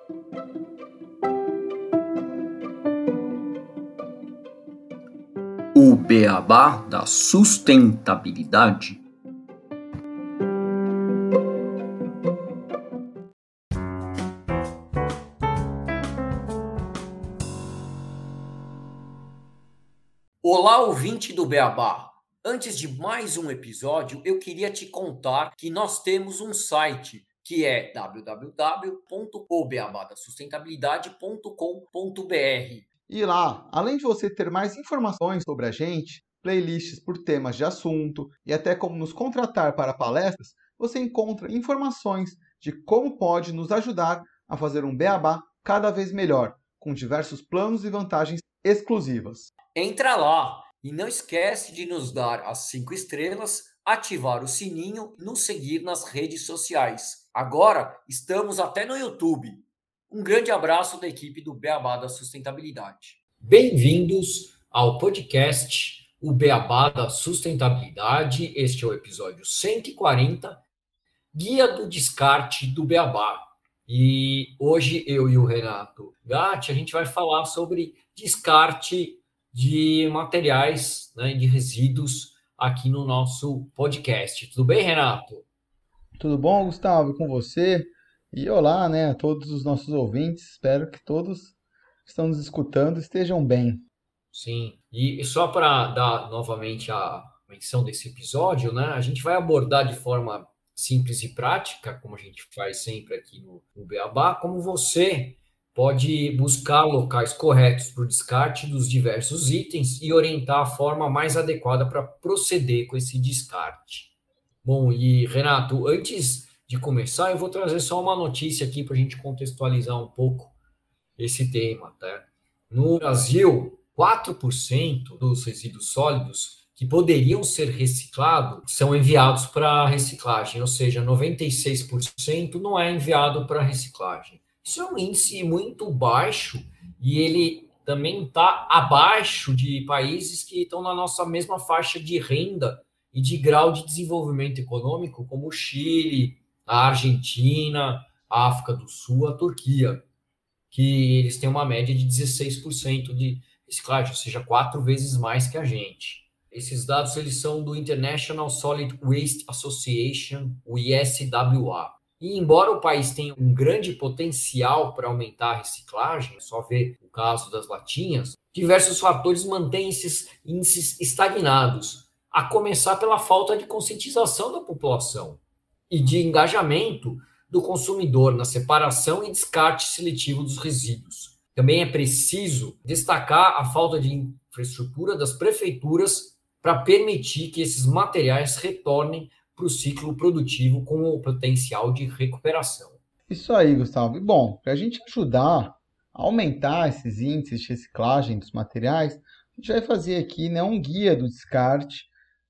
O beabá da sustentabilidade. Olá, ouvinte do Beabá! Antes de mais um episódio, eu queria te contar que nós temos um site que é www.obeabadasustentabilidade.com.br. E lá, além de você ter mais informações sobre a gente, playlists por temas de assunto e até como nos contratar para palestras, você encontra informações de como pode nos ajudar a fazer um beabá cada vez melhor, com diversos planos e vantagens exclusivas. Entra lá e não esquece de nos dar as 5 estrelas, ativar o sininho e nos seguir nas redes sociais. Agora estamos até no YouTube. Um grande abraço da equipe do Beabá da Sustentabilidade. Bem-vindos ao podcast O Beabá da Sustentabilidade. Este é o episódio 140, Guia do Descarte do Beabá. E hoje eu e o Renato Gatti, a gente vai falar sobre descarte de materiais, né, de resíduos aqui no nosso podcast. Tudo bem, Renato? Tudo bom, Gustavo? E com você? E olá, né, a todos os nossos ouvintes. Espero que todos que estão nos escutando estejam bem. Sim, e só para dar novamente a menção desse episódio, né, a gente vai abordar de forma simples e prática, como a gente faz sempre aqui no Beabá, como você pode buscar locais corretos para o descarte dos diversos itens e orientar a forma mais adequada para proceder com esse descarte. Bom, e Renato, antes de começar, eu vou trazer só uma notícia aqui para a gente contextualizar um pouco esse tema, tá? No Brasil, 4% dos resíduos sólidos que poderiam ser reciclados são enviados para reciclagem, ou seja, 96% não é enviado para reciclagem. Isso é um índice muito baixo e ele também está abaixo de países que estão na nossa mesma faixa de renda e de grau de desenvolvimento econômico, como o Chile, a Argentina, a África do Sul, a Turquia, que eles têm uma média de 16% de reciclagem, ou seja, 4 vezes mais que a gente. Esses dados eles são do International Solid Waste Association, o ISWA. E embora o país tenha um grande potencial para aumentar a reciclagem, só ver o caso das latinhas, diversos fatores mantêm esses índices estagnados, a começar pela falta de conscientização da população e de engajamento do consumidor na separação e descarte seletivo dos resíduos. Também é preciso destacar a falta de infraestrutura das prefeituras para permitir que esses materiais retornem para o ciclo produtivo com o potencial de recuperação. Isso aí, Gustavo. E bom, para a gente ajudar a aumentar esses índices de reciclagem dos materiais, a gente vai fazer aqui, né, um guia do descarte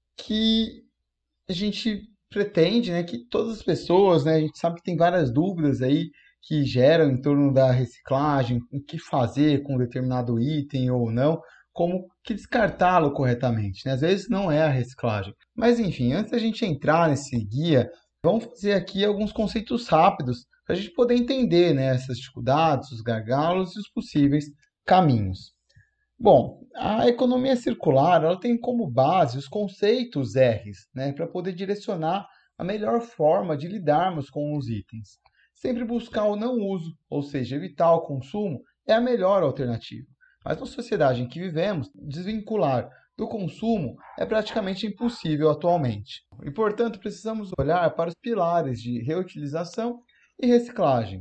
que a gente pretende, né, que todas as pessoas, né, a gente sabe que tem várias dúvidas aí que geram em torno da reciclagem, o que fazer com determinado item ou não, como que descartá-lo corretamente, né? Às vezes não é a reciclagem. Mas enfim, antes da gente entrar nesse guia, vamos fazer aqui alguns conceitos rápidos para a gente poder entender, né, essas dificuldades, os gargalos e os possíveis caminhos. Bom, a economia circular ela tem como base os conceitos R's, né, para poder direcionar a melhor forma de lidarmos com os itens. Sempre buscar o não uso, ou seja, evitar o consumo, é a melhor alternativa. Mas na sociedade em que vivemos, desvincular do consumo é praticamente impossível atualmente. E, portanto, precisamos olhar para os pilares de reutilização e reciclagem.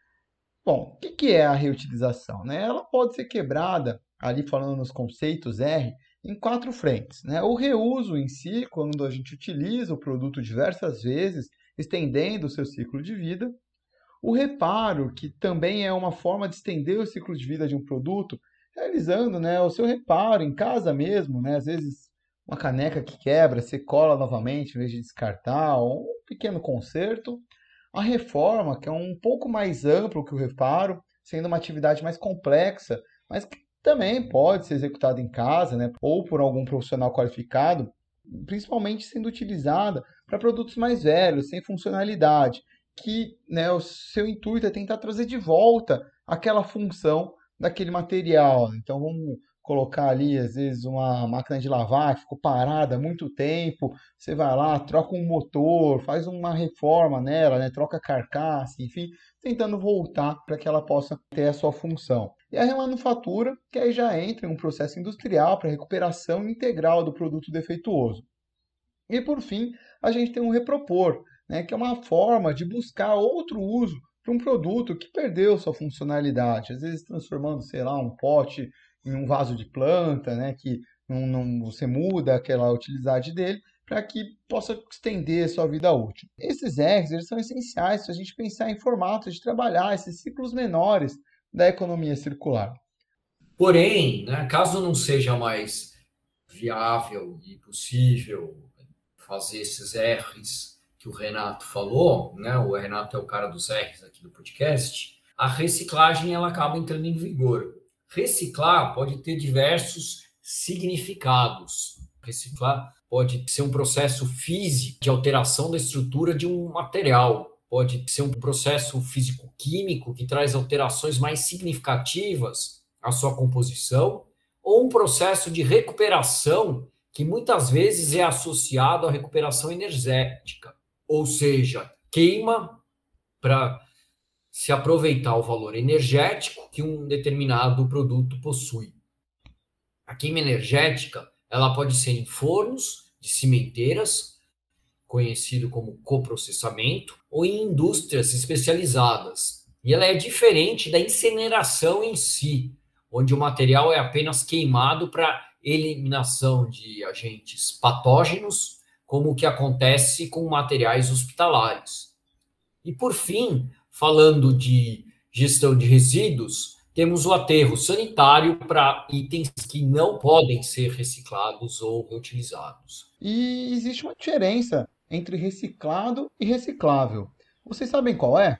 Bom, o que é a reutilização, né? Ela pode ser quebrada, ali falando nos conceitos R, em 4 frentes, né? O reuso em si, quando a gente utiliza o produto diversas vezes, estendendo o seu ciclo de vida. O reparo, que também é uma forma de estender o ciclo de vida de um produto, realizando, né, o seu reparo em casa mesmo, né? Às vezes uma caneca que quebra, você cola novamente em vez de descartar, ou um pequeno conserto. A reforma, que é um pouco mais amplo que o reparo, sendo uma atividade mais complexa, mas que também pode ser executada em casa, né, ou por algum profissional qualificado, principalmente sendo utilizada para produtos mais velhos, sem funcionalidade, que, né, o seu intuito é tentar trazer de volta aquela função daquele material. Então, vamos colocar ali, às vezes, uma máquina de lavar que ficou parada há muito tempo, você vai lá, troca um motor, faz uma reforma nela, né, troca a carcaça, enfim, tentando voltar para que ela possa ter a sua função. E a remanufatura, que aí já entra em um processo industrial para recuperação integral do produto defeituoso. E por fim, a gente tem um repropor, né, que é uma forma de buscar outro uso para um produto que perdeu sua funcionalidade, às vezes transformando, sei lá, um pote em um vaso de planta, né, que você muda aquela utilidade dele para que possa estender sua vida útil. Esses R's eles são essenciais para a gente pensar em formatos de trabalhar esses ciclos menores da economia circular. Porém, né, caso não seja mais viável e possível fazer esses R's que o Renato falou, né? O Renato é o cara dos R's aqui do podcast. A reciclagem ela acaba entrando em vigor. Reciclar pode ter diversos significados. Reciclar pode ser um processo físico de alteração da estrutura de um material. Pode ser um processo físico-químico que traz alterações mais significativas à sua composição, ou um processo de recuperação que muitas vezes é associado à recuperação energética, ou seja, queima para se aproveitar o valor energético que um determinado produto possui. A queima energética ela pode ser em fornos de cimenteiras, conhecido como coprocessamento, ou em indústrias especializadas. E ela é diferente da incineração em si, onde o material é apenas queimado para eliminação de agentes patógenos, como o que acontece com materiais hospitalares. E, por fim, falando de gestão de resíduos, temos o aterro sanitário para itens que não podem ser reciclados ou reutilizados. E existe uma diferença entre reciclado e reciclável. Vocês sabem qual é?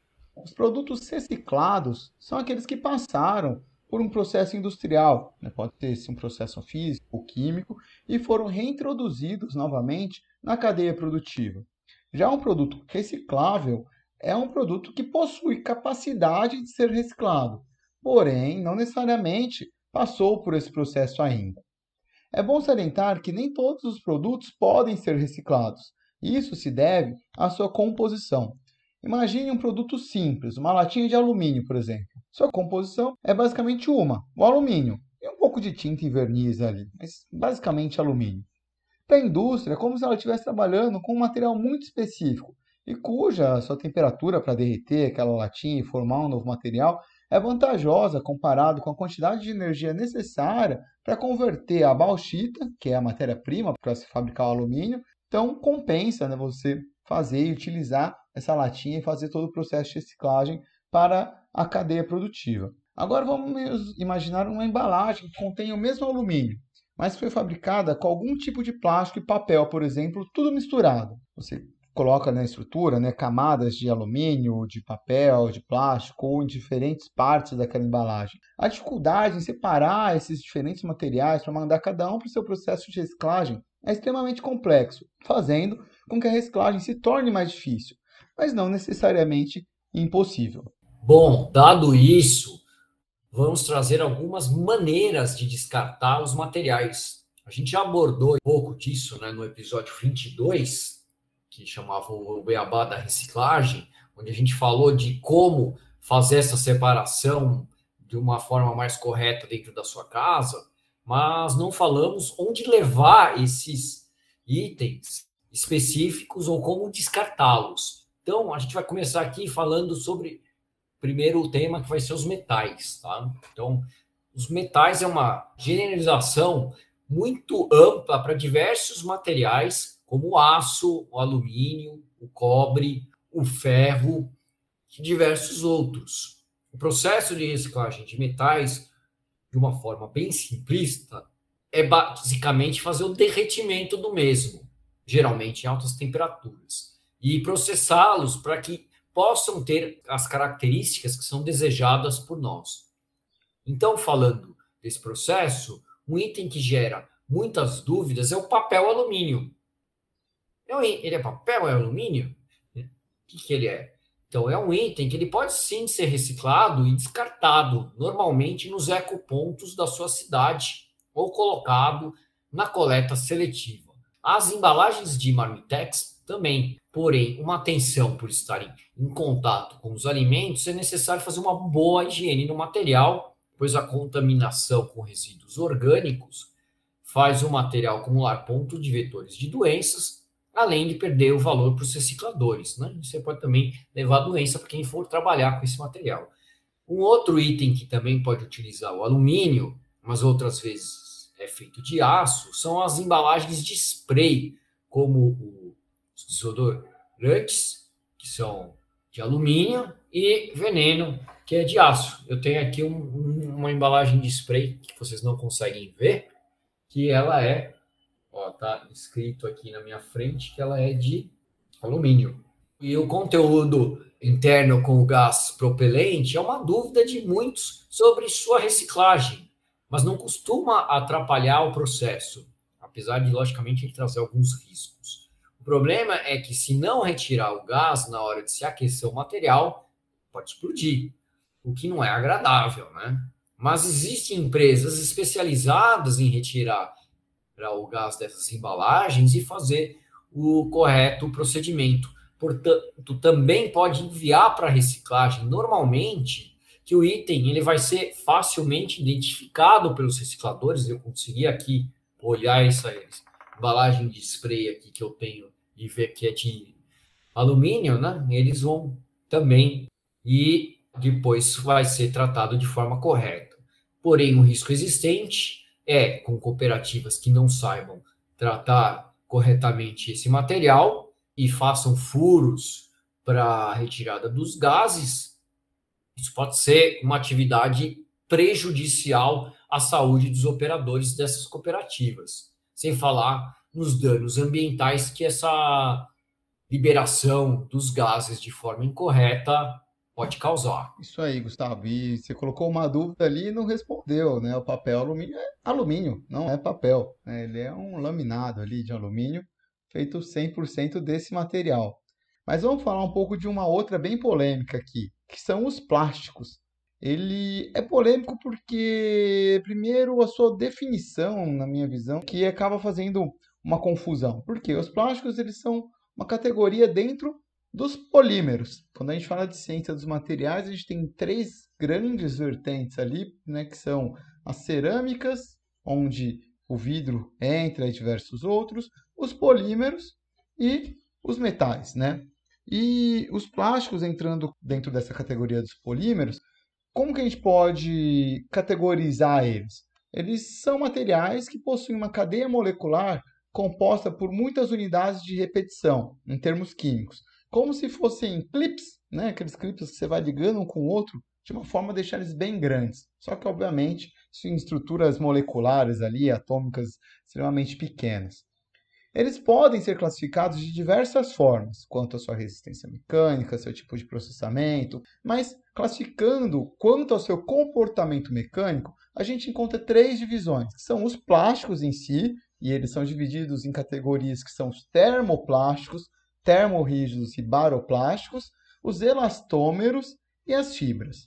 Os produtos reciclados são aqueles que passaram por um processo industrial, né? Pode ser um processo físico ou químico, e foram reintroduzidos novamente na cadeia produtiva. Já um produto reciclável é um produto que possui capacidade de ser reciclado, porém não necessariamente passou por esse processo ainda. É bom salientar que nem todos os produtos podem ser reciclados. Isso se deve à sua composição. Imagine um produto simples, uma latinha de alumínio, por exemplo. Sua composição é basicamente o alumínio, e um pouco de tinta e verniz ali, mas basicamente alumínio. Para a indústria, é como se ela estivesse trabalhando com um material muito específico, e cuja sua temperatura para derreter aquela latinha e formar um novo material é vantajosa comparado com a quantidade de energia necessária para converter a bauxita, que é a matéria-prima para se fabricar o alumínio. Então, compensa, né, você fazer e utilizar essa latinha e fazer todo o processo de reciclagem para a cadeia produtiva. Agora vamos imaginar uma embalagem que contém o mesmo alumínio, mas foi fabricada com algum tipo de plástico e papel, por exemplo, tudo misturado. Você coloca na estrutura, né, camadas de alumínio, de papel, de plástico ou em diferentes partes daquela embalagem. A dificuldade em separar esses diferentes materiais para mandar cada um para o seu processo de reciclagem é extremamente complexo, fazendo com que a reciclagem se torne mais difícil, mas não necessariamente impossível. Bom, dado isso, vamos trazer algumas maneiras de descartar os materiais. A gente já abordou um pouco disso, né, no episódio 22, que chamava o Beabá da Reciclagem, onde a gente falou de como fazer essa separação de uma forma mais correta dentro da sua casa, mas não falamos onde levar esses itens específicos ou como descartá-los. Então, a gente vai começar aqui falando sobre, primeiro, o tema que vai ser os metais, tá? Então, os metais é uma generalização muito ampla para diversos materiais, como o aço, o alumínio, o cobre, o ferro e diversos outros. O processo de reciclagem de metais, de uma forma bem simplista, é basicamente fazer o derretimento do mesmo, geralmente em altas temperaturas, e processá-los para que possam ter as características que são desejadas por nós. Então, falando desse processo, um item que gera muitas dúvidas é o papel alumínio. Ele é papel, é alumínio? que ele é? Então, é um item que ele pode sim ser reciclado e descartado, normalmente nos ecopontos da sua cidade, ou colocado na coleta seletiva. As embalagens de marmitex também, porém, uma atenção por estarem em contato com os alimentos, é necessário fazer uma boa higiene no material, pois a contaminação com resíduos orgânicos faz o material acumular pontos de vetores de doenças, além de perder o valor para os recicladores, né? Você pode também levar doença para quem for trabalhar com esse material. Um outro item que também pode utilizar o alumínio, mas outras vezes é feito de aço, são as embalagens de spray, como os desodorantes, que são de alumínio, e veneno, que é de aço. Eu tenho aqui uma embalagem de spray que vocês não conseguem ver, que ela é, ó, tá escrito aqui na minha frente que ela é de alumínio. E o conteúdo interno com o gás propelente é uma dúvida de muitos sobre sua reciclagem, mas não costuma atrapalhar o processo, apesar de, logicamente, ele trazer alguns riscos. O problema é que, se não retirar o gás na hora de se aquecer o material, pode explodir, o que não é agradável, né? Mas existem empresas especializadas em retirar o gás dessas embalagens e fazer o correto procedimento. Portanto, também pode enviar para reciclagem. Normalmente, que o item ele vai ser facilmente identificado pelos recicladores. Eu consegui aqui olhar essa embalagem de spray aqui que eu tenho e ver que é de alumínio, né? Eles vão também, e depois vai ser tratado de forma correta. Porém, o risco existente é com cooperativas que não saibam tratar corretamente esse material e façam furos para a retirada dos gases. Isso pode ser uma atividade prejudicial à saúde dos operadores dessas cooperativas, sem falar nos danos ambientais que essa liberação dos gases de forma incorreta pode causar. Isso aí, Gustavo. E você colocou uma dúvida ali e não respondeu, né? O papel alumínio é alumínio, não é papel, né? Ele é um laminado ali de alumínio feito 100% desse material. Mas vamos falar um pouco de uma outra bem polêmica aqui, que são os plásticos. Ele é polêmico porque, primeiro, a sua definição, na minha visão, que acaba fazendo uma confusão. Por quê? Os plásticos, eles são uma categoria dentro dos polímeros. Quando a gente fala de ciência dos materiais, a gente tem três grandes vertentes ali, né, que são as cerâmicas, onde o vidro entra e diversos outros, os polímeros e os metais, né? E os plásticos entrando dentro dessa categoria dos polímeros, como que a gente pode categorizar eles? Eles são materiais que possuem uma cadeia molecular composta por muitas unidades de repetição, em termos químicos, como se fossem clips, né? Aqueles clips que você vai ligando um com o outro, de uma forma a deixar eles bem grandes. Só que, obviamente, isso em estruturas moleculares ali, atômicas extremamente pequenas. Eles podem ser classificados de diversas formas, quanto à sua resistência mecânica, seu tipo de processamento, mas classificando quanto ao seu comportamento mecânico, a gente encontra três divisões, que são os plásticos em si, e eles são divididos em categorias que são os termoplásticos, termorrígidos e baroplásticos, os elastômeros e as fibras.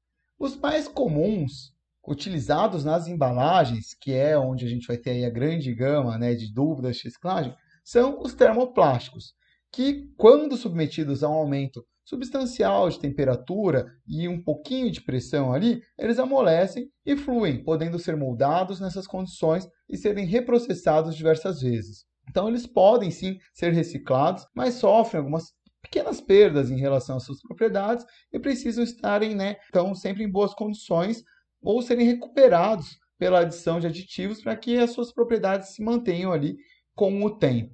Os mais comuns utilizados nas embalagens, que é onde a gente vai ter aí a grande gama, né, de dúvidas de reciclagem, são os termoplásticos, que, quando submetidos a um aumento substancial de temperatura e um pouquinho de pressão ali, eles amolecem e fluem, podendo ser moldados nessas condições e serem reprocessados diversas vezes. Então, eles podem sim ser reciclados, mas sofrem algumas pequenas perdas em relação às suas propriedades e precisam estarem, né, então, sempre em boas condições ou serem recuperados pela adição de aditivos para que as suas propriedades se mantenham ali com o tempo.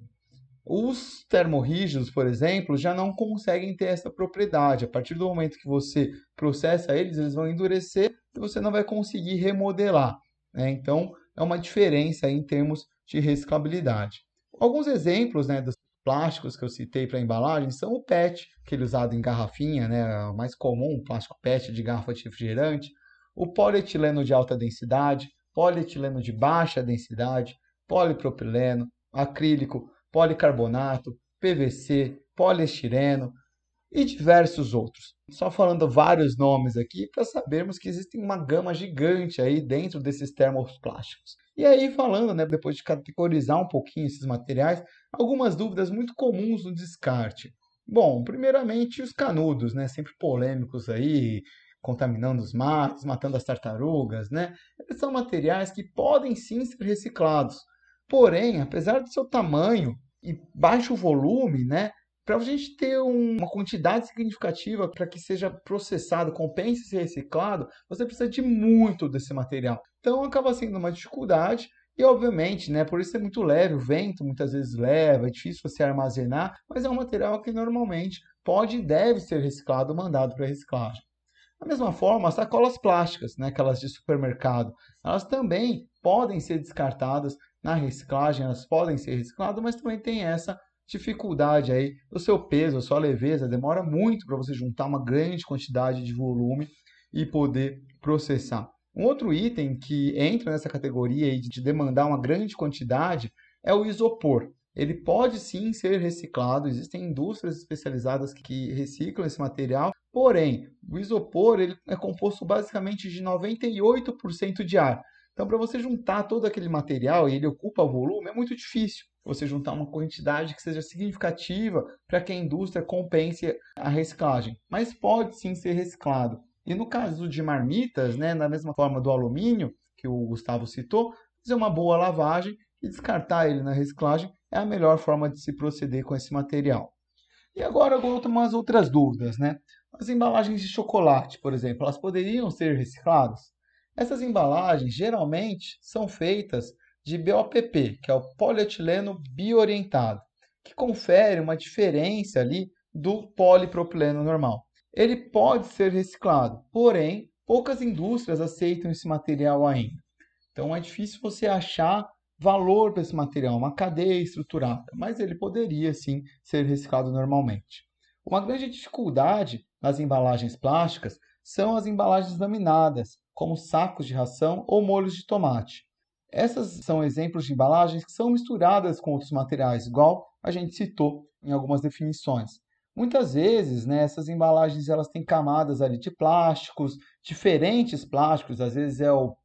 Os termorrígidos, por exemplo, já não conseguem ter essa propriedade. A partir do momento que você processa eles, eles vão endurecer e você não vai conseguir remodelar, né? Então, é uma diferença aí em termos de reciclabilidade. Alguns exemplos, né, dos plásticos que eu citei para embalagem são o PET, aquele usado em garrafinha, né, o mais comum, o plástico PET de garrafa de refrigerante, o polietileno de alta densidade, polietileno de baixa densidade, polipropileno, acrílico, policarbonato, PVC, poliestireno, e diversos outros. Só falando vários nomes aqui para sabermos que existe uma gama gigante aí dentro desses termoplásticos. E aí falando, né, depois de categorizar um pouquinho esses materiais, algumas dúvidas muito comuns no descarte. Bom, primeiramente os canudos, né, sempre polêmicos aí, contaminando os mares, matando as tartarugas, né? Eles são materiais que podem sim ser reciclados. Porém, apesar do seu tamanho e baixo volume, né, para a gente ter uma quantidade significativa para que seja processado, compense ser reciclado, você precisa de muito desse material. Então acaba sendo uma dificuldade e, obviamente, né, por isso é muito leve, o vento muitas vezes leva, é difícil você armazenar, mas é um material que normalmente pode e deve ser reciclado, mandado para reciclagem. Da mesma forma, as sacolas plásticas, né, aquelas de supermercado, elas também podem ser descartadas na reciclagem, elas podem ser recicladas, mas também tem essa dificuldade aí do seu peso, a sua leveza, demora muito para você juntar uma grande quantidade de volume e poder processar. Um outro item que entra nessa categoria aí de demandar uma grande quantidade é o isopor. Ele pode sim ser reciclado, existem indústrias especializadas que reciclam esse material, porém, o isopor ele é composto basicamente de 98% de ar. Então, para você juntar todo aquele material e ele ocupa o volume, é muito difícil você juntar uma quantidade que seja significativa para que a indústria compense a reciclagem. Mas pode sim ser reciclado. E no caso de marmitas, né, da mesma forma do alumínio, que o Gustavo citou, fazer uma boa lavagem e descartar ele na reciclagem é a melhor forma de se proceder com esse material. E agora algumas outras dúvidas, né? As embalagens de chocolate, por exemplo, elas poderiam ser recicladas? Essas embalagens geralmente são feitas de BOPP, que é o polietileno bioorientado, que confere uma diferença ali do polipropileno normal. Ele pode ser reciclado, porém, poucas indústrias aceitam esse material ainda. Então é difícil você achar valor para esse material, uma cadeia estruturada, mas ele poderia sim ser reciclado normalmente. Uma grande dificuldade nas embalagens plásticas são as embalagens laminadas, como sacos de ração ou molhos de tomate. Essas são exemplos de embalagens que são misturadas com outros materiais, igual a gente citou em algumas definições. Muitas vezes, né, essas embalagens elas têm camadas ali de plásticos, diferentes plásticos, às vezes é o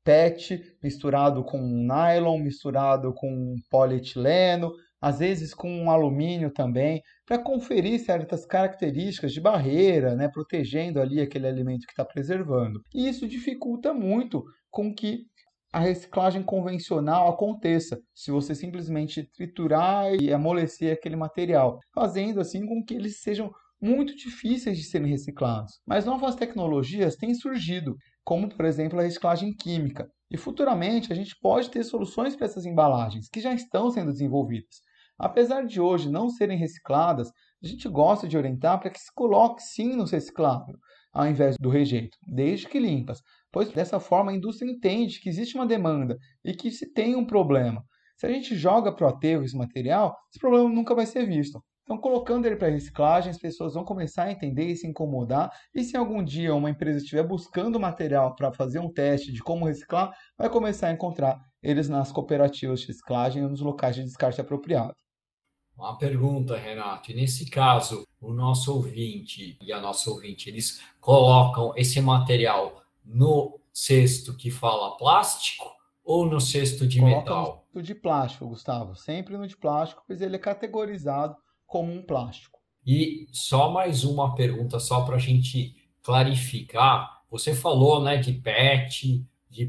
PET misturado com nylon, misturado com polietileno, às vezes com alumínio também, para conferir certas características de barreira, né, protegendo ali aquele alimento que está preservando. E isso dificulta muito com que a reciclagem convencional aconteça, se você simplesmente triturar e amolecer aquele material, fazendo assim com que eles sejam muito difíceis de serem reciclados. Mas novas tecnologias têm surgido, como por exemplo a reciclagem química. E futuramente a gente pode ter soluções para essas embalagens que já estão sendo desenvolvidas. Apesar de hoje não serem recicladas, a gente gosta de orientar para que se coloque sim no reciclável, ao invés do rejeito, desde que limpas, pois dessa forma a indústria entende que existe uma demanda e que se tem um problema. Se a gente joga para o aterro esse material, esse problema nunca vai ser visto. Então, colocando ele para reciclagem, as pessoas vão começar a entender e se incomodar. E se algum dia uma empresa estiver buscando material para fazer um teste de como reciclar, vai começar a encontrar eles nas cooperativas de reciclagem ou nos locais de descarte apropriado. Uma pergunta, Renato. E nesse caso, o nosso ouvinte e a nossa ouvinte, eles colocam esse material no cesto que fala plástico ou no cesto de metal? No de plástico, Gustavo. Sempre no de plástico, pois ele é categorizado como um plástico. E só mais uma pergunta, só para a gente clarificar. Você falou, né, de PET, de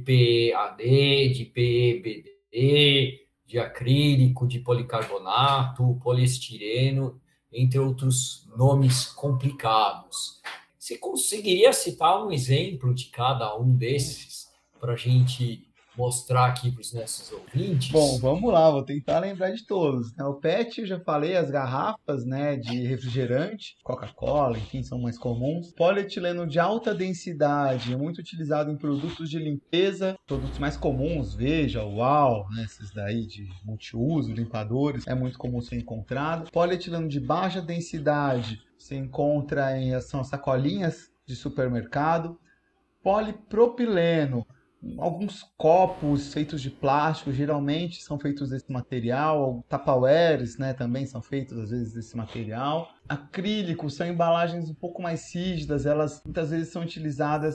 PEAD, de PEBD, de acrílico, de policarbonato, poliestireno, entre outros nomes complicados. Você conseguiria citar um exemplo de cada um desses para a gente mostrar aqui para os nossos ouvintes? Bom, vamos lá, vou tentar lembrar de todos, né? O PET, eu já falei, as garrafas, né, de refrigerante, Coca-Cola, enfim, são mais comuns. Polietileno de alta densidade, muito utilizado em produtos de limpeza, produtos mais comuns, Veja, Uau, né, esses daí de multiuso, limpadores, é muito comum ser encontrado. Polietileno de baixa densidade, se encontra são as sacolinhas de supermercado. Polipropileno, alguns copos feitos de plástico geralmente são feitos desse material, tupperwares, né, também são feitos às vezes desse material. acrílico são embalagens um pouco mais rígidas, elas muitas vezes são utilizadas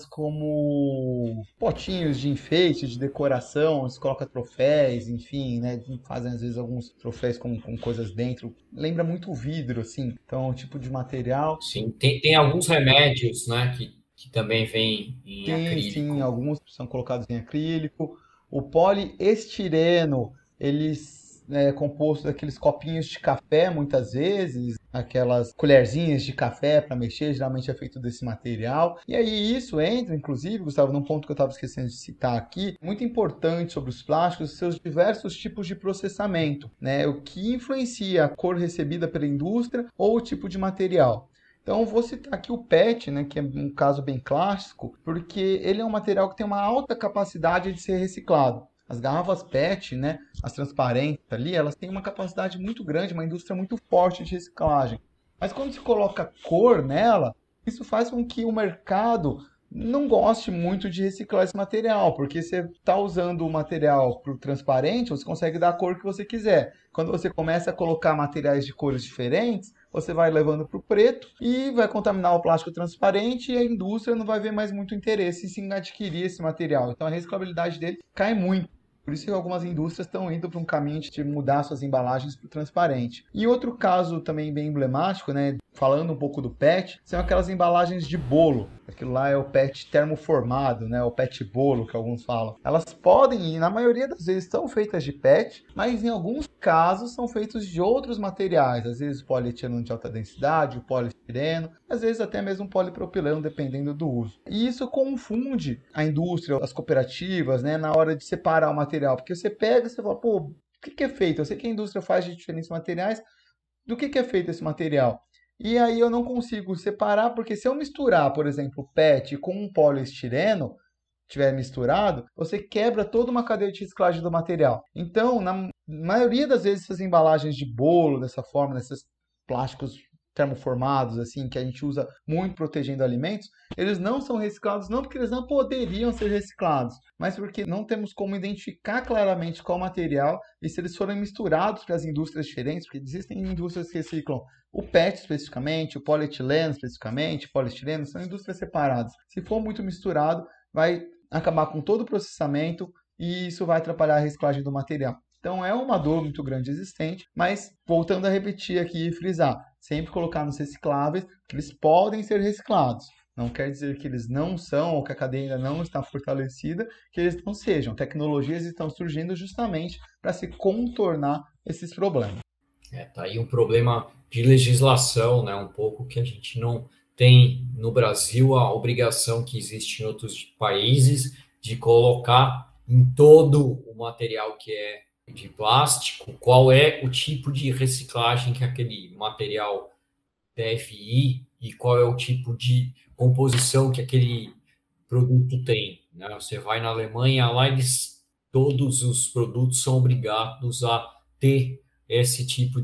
como potinhos de enfeite, de decoração, se coloca troféus, enfim, né? Fazem às vezes alguns troféus com coisas dentro. Lembra muito o vidro, assim. Então, é um tipo de material. Sim, tem alguns remédios, né, que também vêm em Sim, acrílico. alguns são colocados em acrílico. O poliestireno, eles é composto daqueles copinhos de café, muitas vezes, aquelas colherzinhas de café para mexer, geralmente é feito desse material. E aí isso entra, inclusive, Gustavo, num ponto que eu estava esquecendo de citar aqui, muito importante sobre os plásticos, seus diversos tipos de processamento, né? O que influencia a cor recebida pela indústria ou o tipo de material. Então, vou citar aqui o PET, né, que é um caso bem clássico, porque ele é um material que tem uma alta capacidade de ser reciclado. As garrafas PET, né, as transparentes ali, elas têm uma capacidade muito grande, uma indústria muito forte de reciclagem. Mas quando se coloca cor nela, isso faz com que o mercado não goste muito de reciclar esse material, porque você está usando o material para o transparente, você consegue dar a cor que você quiser. Quando você começa a colocar materiais de cores diferentes, você vai levando para o preto e vai contaminar o plástico transparente e a indústria não vai ver mais muito interesse em adquirir esse material. Então a reciclabilidade dele cai muito. Por isso que algumas indústrias estão indo para um caminho de mudar suas embalagens para o transparente. E outro caso também bem emblemático, né, falando um pouco do PET, são aquelas embalagens de bolo. Aquilo lá é o PET termoformado, né, o PET bolo que alguns falam. Elas podem, e na maioria das vezes são feitas de PET, mas em alguns casos são feitos de outros materiais. Às vezes polietileno de alta densidade, o poliestireno, às vezes até mesmo polipropileno, dependendo do uso. E isso confunde a indústria, as cooperativas, né, na hora de separar o material. Porque você pega e você fala, pô, o que é feito? Eu sei que a indústria faz de diferentes materiais, do que é feito esse material? E aí eu não consigo separar, porque se eu misturar, por exemplo, PET com um poliestireno, tiver misturado, você quebra toda uma cadeia de reciclagem do material. Então, na maioria das vezes, essas embalagens de bolo, dessa forma, desses plásticos termoformados, assim, que a gente usa muito protegendo alimentos, eles não são reciclados, não porque eles não poderiam ser reciclados, mas porque não temos como identificar claramente qual material e se eles forem misturados para as indústrias diferentes, porque existem indústrias que reciclam o PET especificamente, o polietileno especificamente, o poliestireno, são indústrias separadas. Se for muito misturado, vai acabar com todo o processamento e isso vai atrapalhar a reciclagem do material. Então é uma dor muito grande existente, mas voltando a repetir aqui e frisar, sempre colocar nos recicláveis que eles podem ser reciclados. Não quer dizer que eles não são ou que a cadeia ainda não está fortalecida, que eles não sejam. Tecnologias estão surgindo justamente para se contornar esses problemas. Tá aí um problema de legislação, né? Um pouco que a gente não tem no Brasil a obrigação que existe em outros países de colocar em todo o material que é de plástico qual é o tipo de reciclagem que aquele material deve ir e qual é o tipo de composição que aquele produto tem, né? Você vai na Alemanha, lá todos os produtos são obrigados a ter esse tipo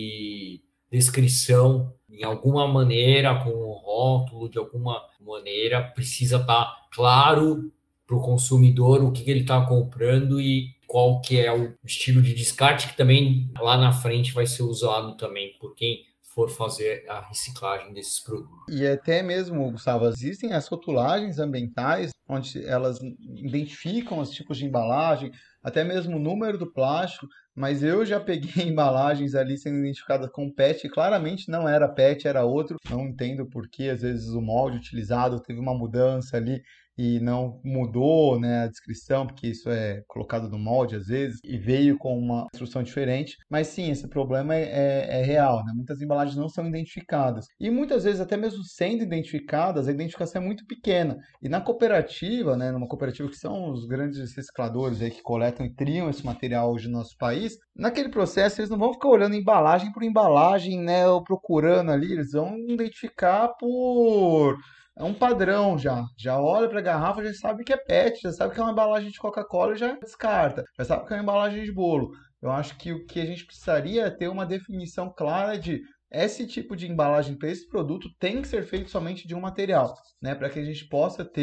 de descrição em alguma maneira, com um rótulo, de alguma maneira, precisa estar claro para o consumidor o que ele está comprando e qual que é o estilo de descarte que também lá na frente vai ser usado também por quem for fazer a reciclagem desses produtos. E até mesmo, Gustavo, existem as rotulagens ambientais, onde elas identificam os tipos de embalagem, até mesmo o número do plástico, mas eu já peguei embalagens ali sendo identificadas com PET, e claramente não era PET, era outro. Não entendo por que, às vezes, o molde utilizado teve uma mudança ali e não mudou, né, a descrição, porque isso é colocado no molde às vezes, e veio com uma instrução diferente. Mas sim, esse problema é real, né? Muitas embalagens não são identificadas. E muitas vezes, até mesmo sendo identificadas, a identificação é muito pequena. E na cooperativa, né, numa cooperativa que são os grandes recicladores aí que coletam e triam esse material hoje no nosso país, naquele processo eles não vão ficar olhando embalagem por embalagem, né, ou procurando ali, eles vão identificar por é um padrão já. Já olha para a garrafa, já sabe que é PET, já sabe que é uma embalagem de Coca-Cola e já descarta. Já sabe que é uma embalagem de bolo. Eu acho que o que a gente precisaria é ter uma definição clara de esse tipo de embalagem para esse produto tem que ser feito somente de um material, né? Para que a gente possa ter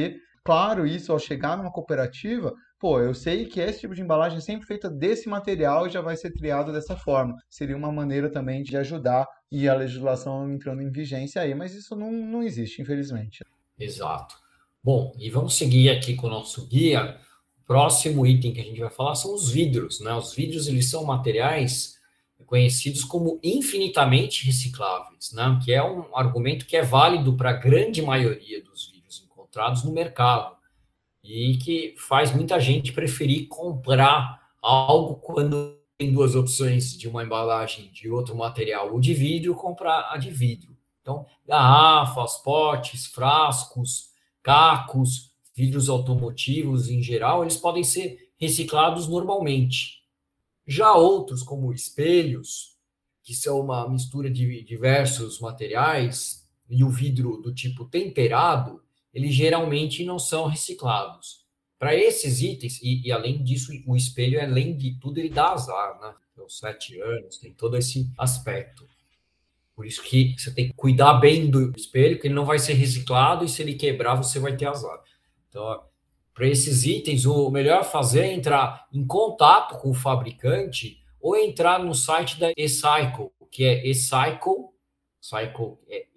claro isso ao chegar numa cooperativa. Pô, eu sei que esse tipo de embalagem é sempre feita desse material e já vai ser triado dessa forma. Seria uma maneira também de ajudar e a legislação entrando em vigência aí, mas isso não existe, infelizmente. Exato. Bom, e vamos seguir aqui com o nosso guia. O próximo item que a gente vai falar são os vidros, né? Os vidros, eles são materiais conhecidos como infinitamente recicláveis, né? Que é um argumento que é válido para a grande maioria dos vidros encontrados no mercado e que faz muita gente preferir comprar algo quando tem duas opções de uma embalagem de outro material ou de vidro, comprar a de vidro. Então, garrafas, potes, frascos, cacos, vidros automotivos em geral, eles podem ser reciclados normalmente. Já outros, como espelhos, que são uma mistura de diversos materiais, e o vidro do tipo temperado, eles geralmente não são reciclados. Para esses itens, e além disso, o espelho, além de tudo, ele dá azar, né? Tem 7 anos, tem todo esse aspecto. Por isso que você tem que cuidar bem do espelho, que ele não vai ser reciclado, e se ele quebrar, você vai ter azar. Então, para esses itens, o melhor fazer é entrar em contato com o fabricante ou entrar no site da eCycle, que é eCycle, Cycle é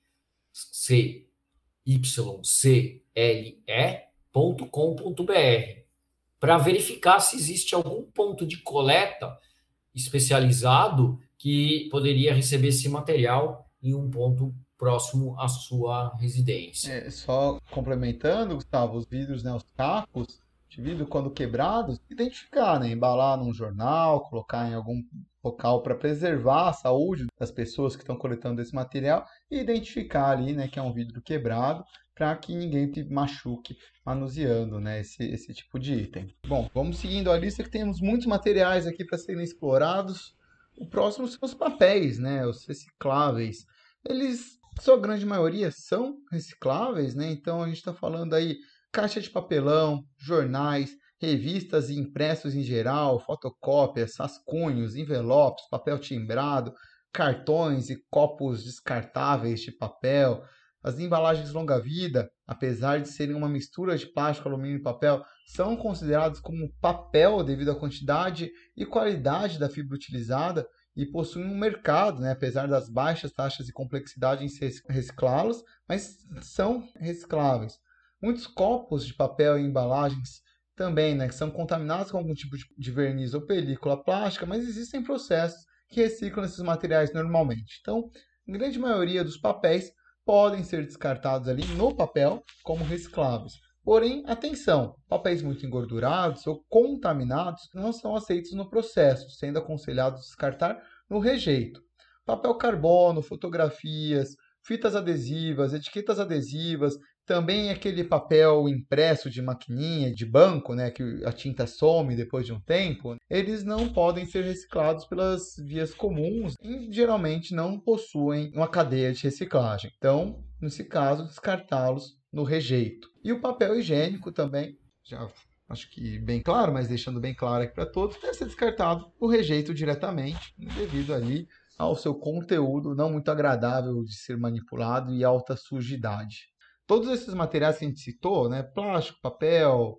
ecycle.com.br, para verificar se existe algum ponto de coleta especializado que poderia receber esse material em um ponto próximo à sua residência. Só complementando, Gustavo, os vidros, né, os cacos de vidro, quando quebrados, identificar, né, embalar num jornal, colocar em algum local para preservar a saúde das pessoas que estão coletando esse material e identificar ali, né, que é um vidro quebrado, para que ninguém se machuque manuseando, né, esse tipo de item. Bom, vamos seguindo a lista que temos muitos materiais aqui para serem explorados. O próximo são os papéis, né, os recicláveis. Eles, sua grande maioria, são recicláveis, né? Então a gente está falando aí caixa de papelão, jornais, revistas e impressos em geral, fotocópias, rascunhos, envelopes, papel timbrado, cartões e copos descartáveis de papel. As embalagens longa-vida, apesar de serem uma mistura de plástico, alumínio e papel, são consideradas como papel devido à quantidade e qualidade da fibra utilizada e possuem um mercado, né, apesar das baixas taxas de complexidade em se reciclá-los, mas são recicláveis. Muitos copos de papel e embalagens também, né, que são contaminados com algum tipo de verniz ou película plástica, mas existem processos que reciclam esses materiais normalmente. Então, a grande maioria dos papéis podem ser descartados ali no papel como recicláveis. Porém, atenção, papéis muito engordurados ou contaminados não são aceitos no processo, sendo aconselhado descartar no rejeito. Papel carbono, fotografias, fitas adesivas, etiquetas adesivas, também aquele papel impresso de maquininha, de banco, né, que a tinta some depois de um tempo, eles não podem ser reciclados pelas vias comuns e geralmente não possuem uma cadeia de reciclagem. Então, nesse caso, descartá-los no rejeito. E o papel higiênico também, já acho que bem claro, mas deixando bem claro aqui para todos, deve ser descartado no rejeito diretamente, devido ali ao seu conteúdo não muito agradável de ser manipulado e alta sujidade. Todos esses materiais que a gente citou, né, plástico, papel,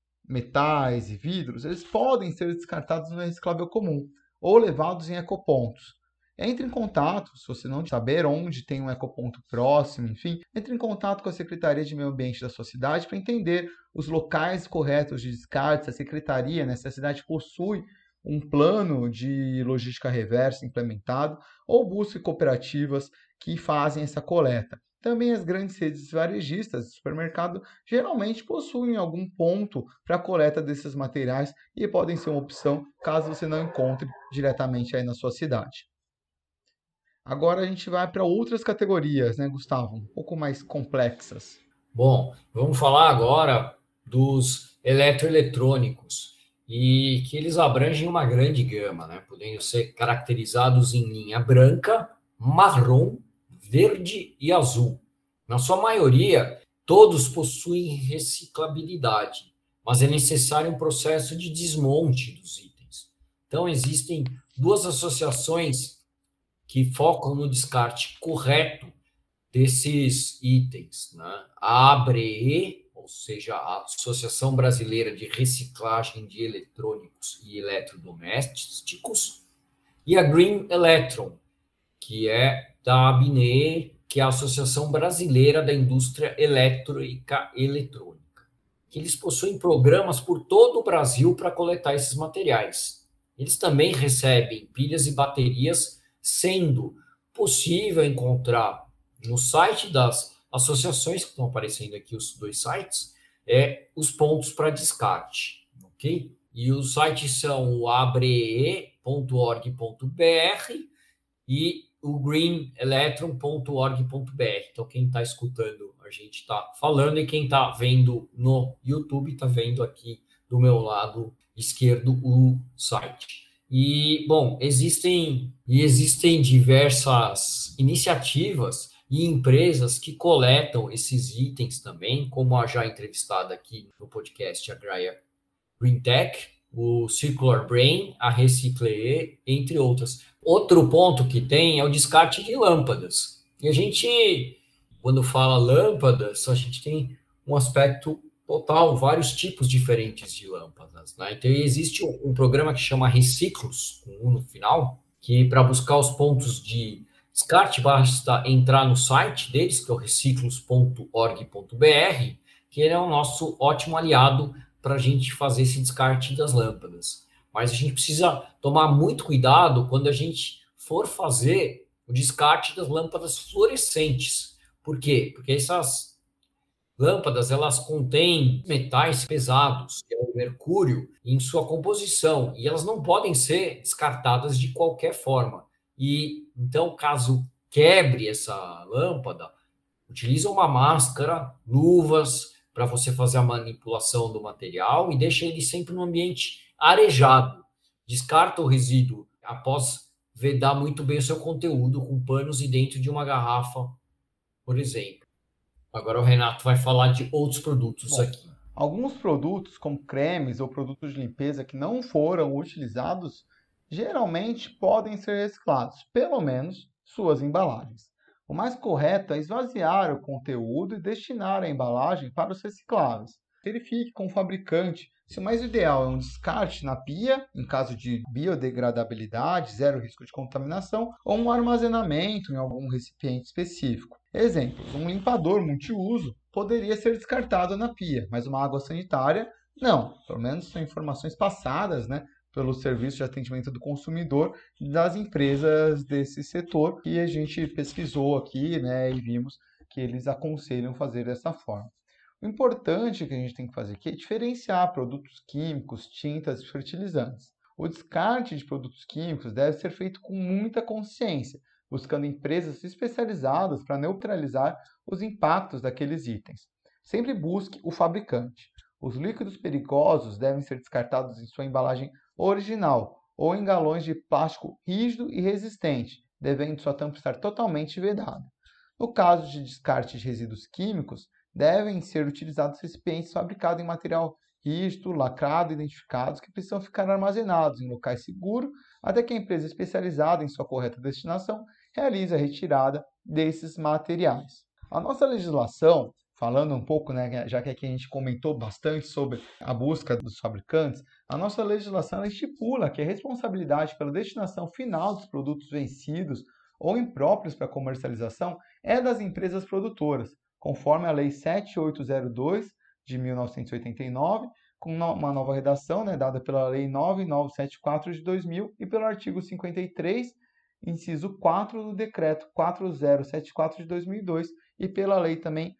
metais e vidros, eles podem ser descartados no reciclável comum ou levados em ecopontos. Entre em contato, se você não saber onde tem um ecoponto próximo, enfim, entre em contato com a Secretaria de Meio Ambiente da sua cidade para entender os locais corretos de descarte, se a Secretaria, né, se a cidade possui um plano de logística reversa implementado, ou busque cooperativas que fazem essa coleta. Também as grandes redes varejistas de supermercado geralmente possuem algum ponto para a coleta desses materiais e podem ser uma opção caso você não encontre diretamente aí na sua cidade. Agora a gente vai para outras categorias, né, Gustavo? Um pouco mais complexas. Bom, vamos falar agora dos eletroeletrônicos e que eles abrangem uma grande gama, né? Podendo ser caracterizados em linha branca, marrom, verde e azul. Na sua maioria, todos possuem reciclabilidade, mas é necessário um processo de desmonte dos itens. Então, existem duas associações que focam no descarte correto desses itens, né? A ABRE, ou seja, a Associação Brasileira de Reciclagem de Eletrônicos e Eletrodomésticos, e a Green Electron, que é da ABNE, que é a Associação Brasileira da Indústria Elétrica e Eletrônica, que eles possuem programas por todo o Brasil para coletar esses materiais. Eles também recebem pilhas e baterias, sendo possível encontrar no site das associações, que estão aparecendo aqui os dois sites, os pontos para descarte, ok? E os sites são o abree.org.br e o greenelectron.org.br. Então, quem está escutando, a gente está falando, e quem está vendo no YouTube está vendo aqui do meu lado esquerdo o site. E, bom, existem diversas iniciativas e empresas que coletam esses itens também, como a já entrevistada aqui no podcast, a Gaia GreenTech, o Circular Brain, a Recycle, entre outras. Outro ponto que tem é o descarte de lâmpadas. E a gente, quando fala lâmpadas, a gente tem um aspecto total, vários tipos diferentes de lâmpadas, né? Então, existe um programa que chama Reciclos, com no final, que para buscar os pontos de descarte, basta entrar no site deles, que é o reciclos.org.br, que ele é o nosso ótimo aliado para a gente fazer esse descarte das lâmpadas. Mas a gente precisa tomar muito cuidado quando a gente for fazer o descarte das lâmpadas fluorescentes. Por quê? Porque essas lâmpadas, elas contêm metais pesados, que é o mercúrio, em sua composição, e elas não podem ser descartadas de qualquer forma. E então, caso quebre essa lâmpada, utiliza uma máscara, luvas, para você fazer a manipulação do material e deixa ele sempre no ambiente arejado. Descarta o resíduo após vedar muito bem o seu conteúdo com panos e dentro de uma garrafa, por exemplo. Agora o Renato vai falar de outros produtos aqui. Alguns produtos, como cremes ou produtos de limpeza que não foram utilizados, geralmente podem ser reciclados, pelo menos suas embalagens. O mais correto é esvaziar o conteúdo e destinar a embalagem para os recicláveis. Verifique com o fabricante se o mais ideal é um descarte na pia, em caso de biodegradabilidade, zero risco de contaminação, ou um armazenamento em algum recipiente específico. Exemplos: um limpador multiuso poderia ser descartado na pia, mas uma água sanitária não. Pelo menos são informações passadas, pelo Serviço de Atendimento do Consumidor das empresas desse setor, que a gente pesquisou aqui, e vimos que eles aconselham fazer dessa forma. O importante que a gente tem que fazer aqui é diferenciar produtos químicos, tintas e fertilizantes. O descarte de produtos químicos deve ser feito com muita consciência, buscando empresas especializadas para neutralizar os impactos daqueles itens. Sempre busque o fabricante. Os líquidos perigosos devem ser descartados em sua embalagem original ou em galões de plástico rígido e resistente, devendo sua tampa estar totalmente vedada. No caso de descarte de resíduos químicos, devem ser utilizados recipientes fabricados em material rígido, lacrado e identificados que precisam ficar armazenados em locais seguros até que a empresa especializada em sua correta destinação realize a retirada desses materiais. A nossa legislação, falando um pouco, já que aqui a gente comentou bastante sobre a busca dos fabricantes, a nossa legislação estipula que a responsabilidade pela destinação final dos produtos vencidos ou impróprios para comercialização é das empresas produtoras, conforme a Lei 7802 de 1989, com uma nova redação dada pela Lei 9974 de 2000 e pelo artigo 53, inciso 4 do Decreto 4074 de 2002 e pela Lei também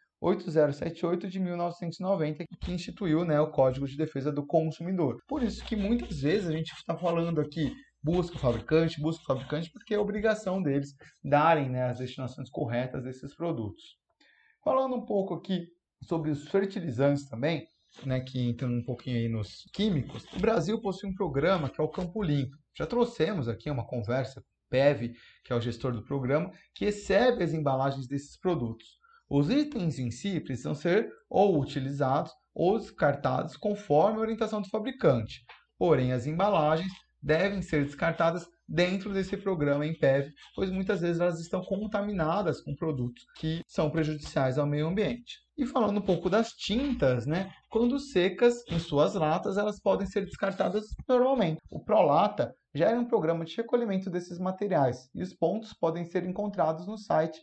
8078 de 1990, que instituiu o Código de Defesa do Consumidor. Por isso que muitas vezes a gente está falando aqui, busca o fabricante, porque é obrigação deles darem as destinações corretas desses produtos. Falando um pouco aqui sobre os fertilizantes também, que entram um pouquinho aí nos químicos, o Brasil possui um programa que é o Campo Limpo. Já trouxemos aqui uma conversa com o PEV, que é o gestor do programa, que recebe as embalagens desses produtos. Os itens em si precisam ser ou utilizados ou descartados conforme a orientação do fabricante. Porém, as embalagens devem ser descartadas dentro desse programa em PEV, pois muitas vezes elas estão contaminadas com produtos que são prejudiciais ao meio ambiente. E falando um pouco das tintas, né? Quando secas em suas latas, elas podem ser descartadas normalmente. O Prolata gera um programa de recolhimento desses materiais e os pontos podem ser encontrados no site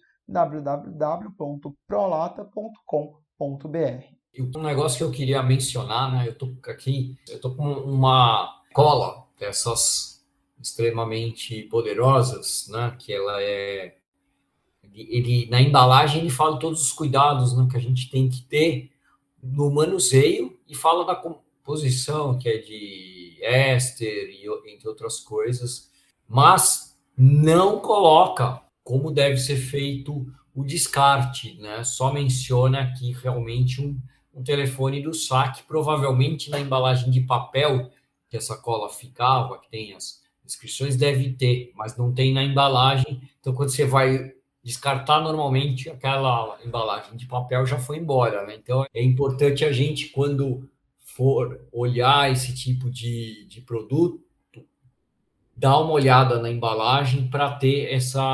www.prolata.com.br. E um negócio que eu queria mencionar, né? Eu tô com uma cola dessas extremamente poderosas, né? Que ela é na embalagem ele fala todos os cuidados, né, que a gente tem que ter no manuseio e fala da composição, que é de éster e entre outras coisas, mas não coloca como deve ser feito o descarte, né? Só menciona aqui realmente um telefone do saque, provavelmente na embalagem de papel que essa cola ficava, que tem as descrições, deve ter, mas não tem na embalagem. Então, quando você vai descartar, normalmente aquela embalagem de papel já foi embora, né? Então é importante a gente, quando for olhar esse tipo de produto, dar uma olhada na embalagem para ter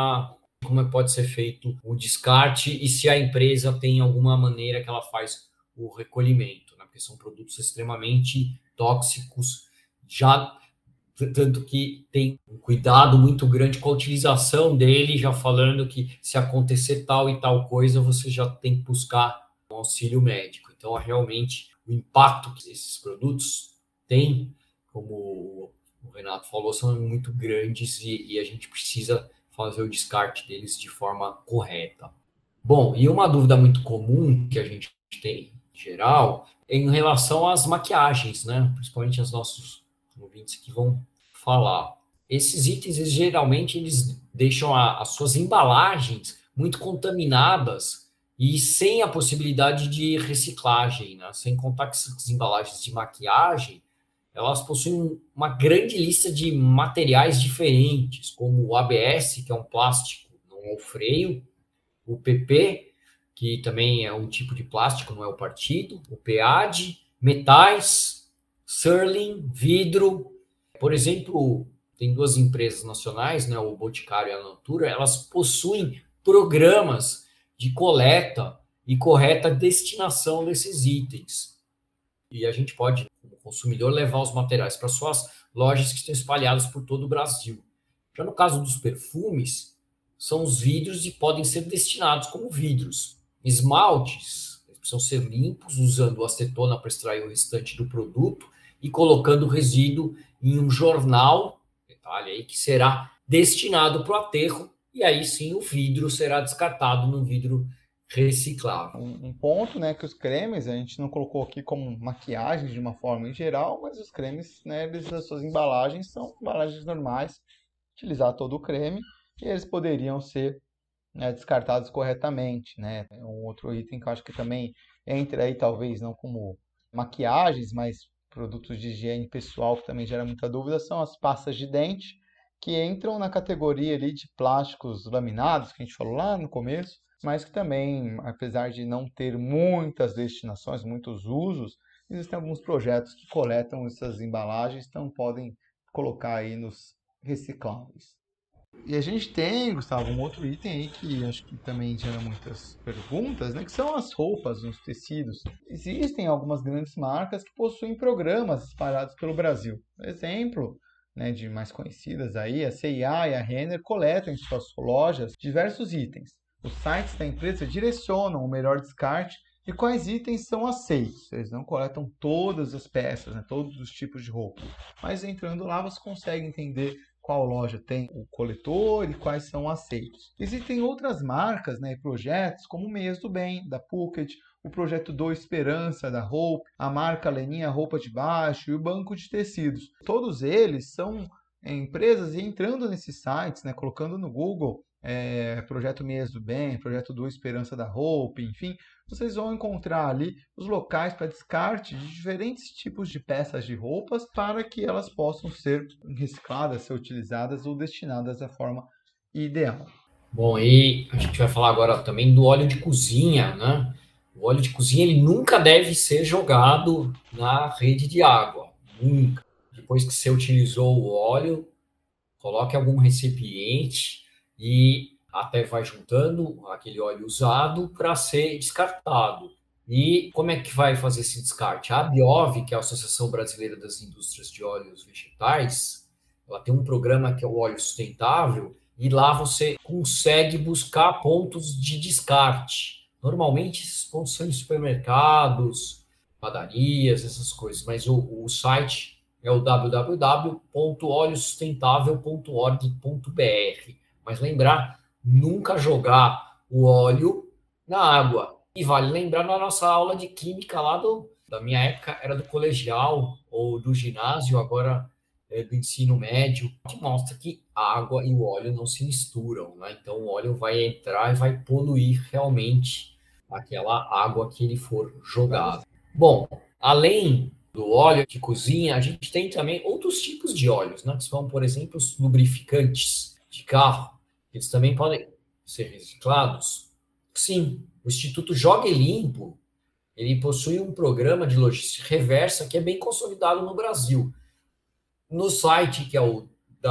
como pode ser feito o descarte e se a empresa tem alguma maneira que ela faz o recolhimento, né? Porque são produtos extremamente tóxicos, já tanto que tem um cuidado muito grande com a utilização dele, já falando que se acontecer tal e tal coisa, você já tem que buscar um auxílio médico. Então, realmente, o impacto que esses produtos têm, como o Renato falou, são muito grandes e a gente precisa fazer o descarte deles de forma correta. Bom, e uma dúvida muito comum que a gente tem, em geral, é em relação às maquiagens, né? Principalmente as nossos ouvintes que vão falar. Esses itens, geralmente, eles deixam as suas embalagens muito contaminadas e sem a possibilidade de reciclagem, né? Sem contar que essas embalagens de maquiagem, elas possuem uma grande lista de materiais diferentes, como o ABS, que é um plástico, não é o freio, o PP, que também é um tipo de plástico, não é o partido, o PAD, metais, Surlyn, vidro. Por exemplo, tem duas empresas nacionais, né, o Boticário e a Natura, elas possuem programas de coleta e correta destinação desses itens. E a gente pode, como consumidor, levar os materiais para suas lojas que estão espalhadas por todo o Brasil. Já no caso dos perfumes, são os vidros e podem ser destinados como vidros. Esmaltes precisam ser limpos, usando acetona para extrair o restante do produto e colocando o resíduo em um jornal, detalhe aí, que será destinado para o aterro, e aí sim o vidro será descartado no vidro reciclável. Um ponto, né, que os cremes, a gente não colocou aqui como maquiagem de uma forma em geral, mas os cremes, né, as suas embalagens são embalagens normais, utilizar todo o creme, e eles poderiam ser, né, descartados corretamente, né? É um outro item que eu acho que também entra aí, talvez não como maquiagens, mas produtos de higiene pessoal que também gera muita dúvida, são as pastas de dente, que entram na categoria ali de plásticos laminados, que a gente falou lá no começo, mas que também, apesar de não ter muitas destinações, muitos usos, existem alguns projetos que coletam essas embalagens, então podem colocar aí nos recicláveis. E a gente tem, Gustavo, um outro item aí que acho que também gera muitas perguntas, né? Que são as roupas, os tecidos. Existem algumas grandes marcas que possuem programas espalhados pelo Brasil. Exemplo, né, de mais conhecidas aí, a C&A e a Renner coletam em suas lojas diversos itens. Os sites da empresa direcionam o melhor descarte e quais itens são aceitos. Eles não coletam todas as peças, né, todos os tipos de roupa. Mas entrando lá você consegue entender qual loja tem o coletor e quais são aceitos. Existem outras marcas, né, e projetos, como o Meias do Bem, da Phuket, o Projeto Do Esperança, da Hope, a marca Leninha Roupa de Baixo e o Banco de Tecidos. Todos eles são empresas e entrando nesses sites, né, colocando no Google Projeto Meias do Bem, Projeto Do Esperança da Hope, enfim, vocês vão encontrar ali os locais para descarte de diferentes tipos de peças de roupas para que elas possam ser recicladas, ser utilizadas ou destinadas da forma ideal. Bom, e a gente vai falar agora também do óleo de cozinha, né? O óleo de cozinha ele nunca deve ser jogado na rede de água, nunca. Depois que você utilizou o óleo, coloque algum recipiente e até vai juntando aquele óleo usado para ser descartado. E como é que vai fazer esse descarte? A Abiov, que é a Associação Brasileira das Indústrias de Óleos Vegetais, ela tem um programa que é o Óleo Sustentável, e lá você consegue buscar pontos de descarte. Normalmente, esses pontos são em supermercados, padarias, essas coisas, mas o site é o www.oleossustentável.org.br. Mas lembrar, nunca jogar o óleo na água. E vale lembrar na nossa aula de química lá da minha época, era do colegial ou do ginásio, agora do ensino médio, que mostra que a água e o óleo não se misturam, né? Então o óleo vai entrar e vai poluir realmente aquela água que ele for jogado. Bom, além do óleo de cozinha, a gente tem também outros tipos de óleos, né? Que são, por exemplo, os lubrificantes de carro. Eles também podem ser reciclados. Sim, o Instituto Jogue Limpo, ele possui um programa de logística reversa que é bem consolidado no Brasil. No site, que é o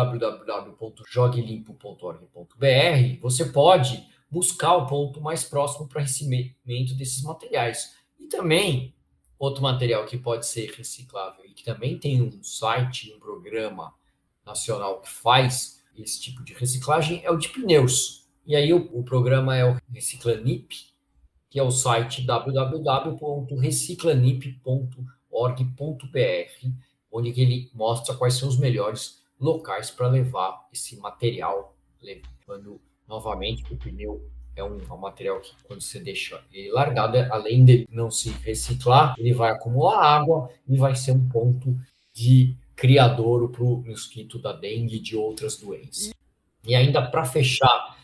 www.joguelimpo.org.br, você pode buscar o ponto mais próximo para recebimento desses materiais. E também, outro material que pode ser reciclável e que também tem um site, um programa nacional que faz esse tipo de reciclagem é o de pneus. E aí o programa é o Reciclanip, que é o site www.reciclanip.org.br, onde ele mostra quais são os melhores locais para levar esse material, levando novamente o pneu é um material que, quando você deixa ele largado, além de não se reciclar, ele vai acumular água e vai ser um ponto de criadouro para o mosquito da dengue e de outras doenças. E ainda para fechar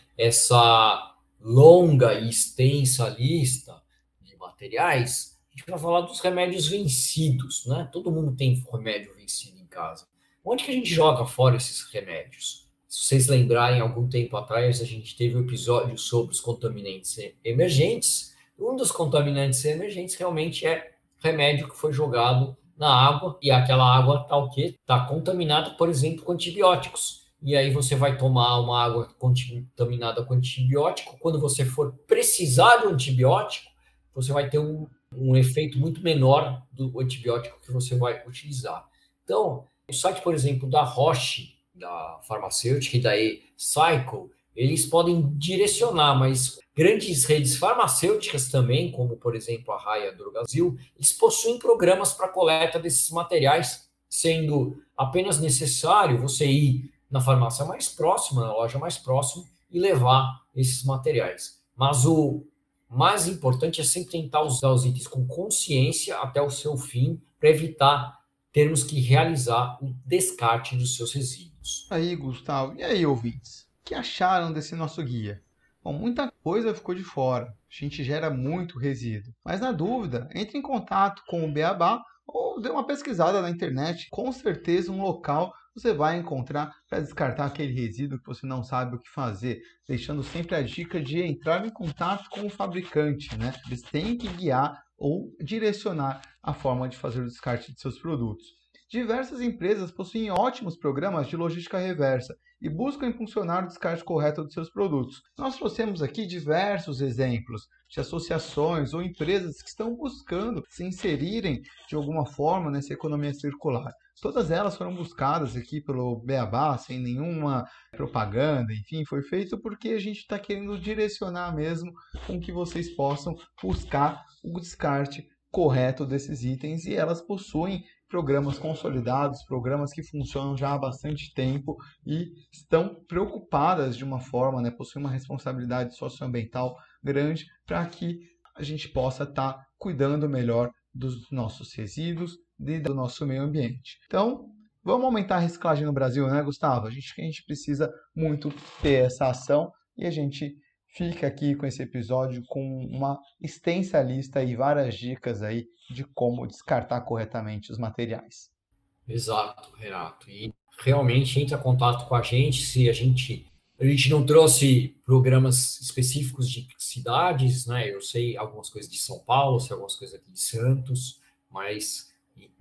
essa longa e extensa lista de materiais, a gente vai falar dos remédios vencidos, né? Todo mundo tem remédio vencido em casa. Onde que a gente joga fora esses remédios? Se vocês lembrarem, algum tempo atrás, a gente teve um episódio sobre os contaminantes emergentes. Um dos contaminantes emergentes realmente é remédio que foi jogado na água, e aquela água está o quê? Está contaminada, por exemplo, com antibióticos. E aí você vai tomar uma água contaminada com antibiótico. Quando você for precisar do antibiótico, você vai ter um efeito muito menor do antibiótico que você vai utilizar. Então, o site, por exemplo, da Roche, da farmacêutica e da E-Cycle, eles podem direcionar, mas grandes redes farmacêuticas também, como, por exemplo, a Raia Drogasil, eles possuem programas para coleta desses materiais, sendo apenas necessário você ir na farmácia mais próxima, na loja mais próxima, e levar esses materiais. Mas o mais importante é sempre tentar usar os itens com consciência até o seu fim, para evitar termos que realizar o descarte dos seus resíduos. Aí, Gustavo, e aí, ouvintes? O que acharam desse nosso guia? Bom, muita coisa ficou de fora, a gente gera muito resíduo. Mas na dúvida, entre em contato com o Beabá ou dê uma pesquisada na internet. Com certeza um local você vai encontrar para descartar aquele resíduo que você não sabe o que fazer, deixando sempre a dica de entrar em contato com o fabricante, né? Eles têm que guiar ou direcionar a forma de fazer o descarte de seus produtos. Diversas empresas possuem ótimos programas de logística reversa e buscam impulsionar o descarte correto de seus produtos. Nós trouxemos aqui diversos exemplos de associações ou empresas que estão buscando se inserirem de alguma forma nessa economia circular. Todas elas foram buscadas aqui pelo Beabá, sem nenhuma propaganda, enfim, foi feito porque a gente está querendo direcionar mesmo com que vocês possam buscar o descarte correto desses itens, e elas possuem programas consolidados, programas que funcionam já há bastante tempo e estão preocupadas de uma forma, né, possuem uma responsabilidade socioambiental grande para que a gente possa estar cuidando melhor dos nossos resíduos e do nosso meio ambiente. Então, vamos aumentar a reciclagem no Brasil, né, Gustavo? A gente precisa muito ter essa ação, e a gente fica aqui com esse episódio com uma extensa lista e várias dicas aí de como descartar corretamente os materiais. Exato, Renato. E realmente entra em contato com a gente se a gente não trouxe programas específicos de cidades, né? Eu sei algumas coisas de São Paulo, sei algumas coisas aqui de Santos, mas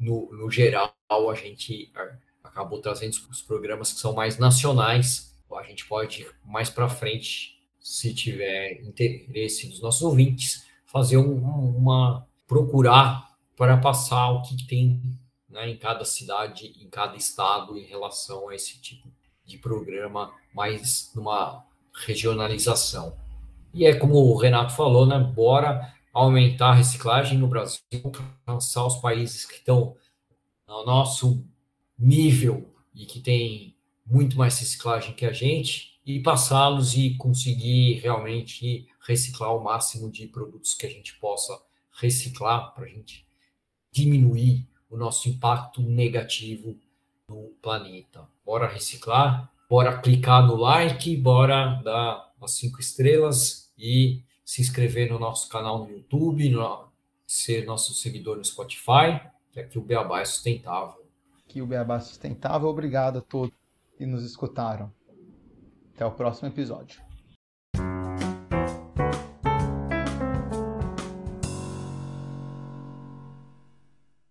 no geral a gente acabou trazendo os programas que são mais nacionais. A gente pode mais para frente, se tiver interesse dos nossos ouvintes, fazer procurar para passar o que tem, né, em cada cidade, em cada estado, em relação a esse tipo de programa, mais numa regionalização. E é como o Renato falou, né? Bora aumentar a reciclagem no Brasil, alcançar os países que estão no nosso nível e que tem muito mais reciclagem que a gente, e passá-los e conseguir realmente reciclar o máximo de produtos que a gente possa reciclar para a gente diminuir o nosso impacto negativo no planeta. Bora reciclar, bora clicar no like, bora dar as 5 estrelas e se inscrever no nosso canal no YouTube, ser nosso seguidor no Spotify, que aqui o Beabá é sustentável. Que o Beabá é sustentável. Obrigado a todos que nos escutaram. Até o próximo episódio.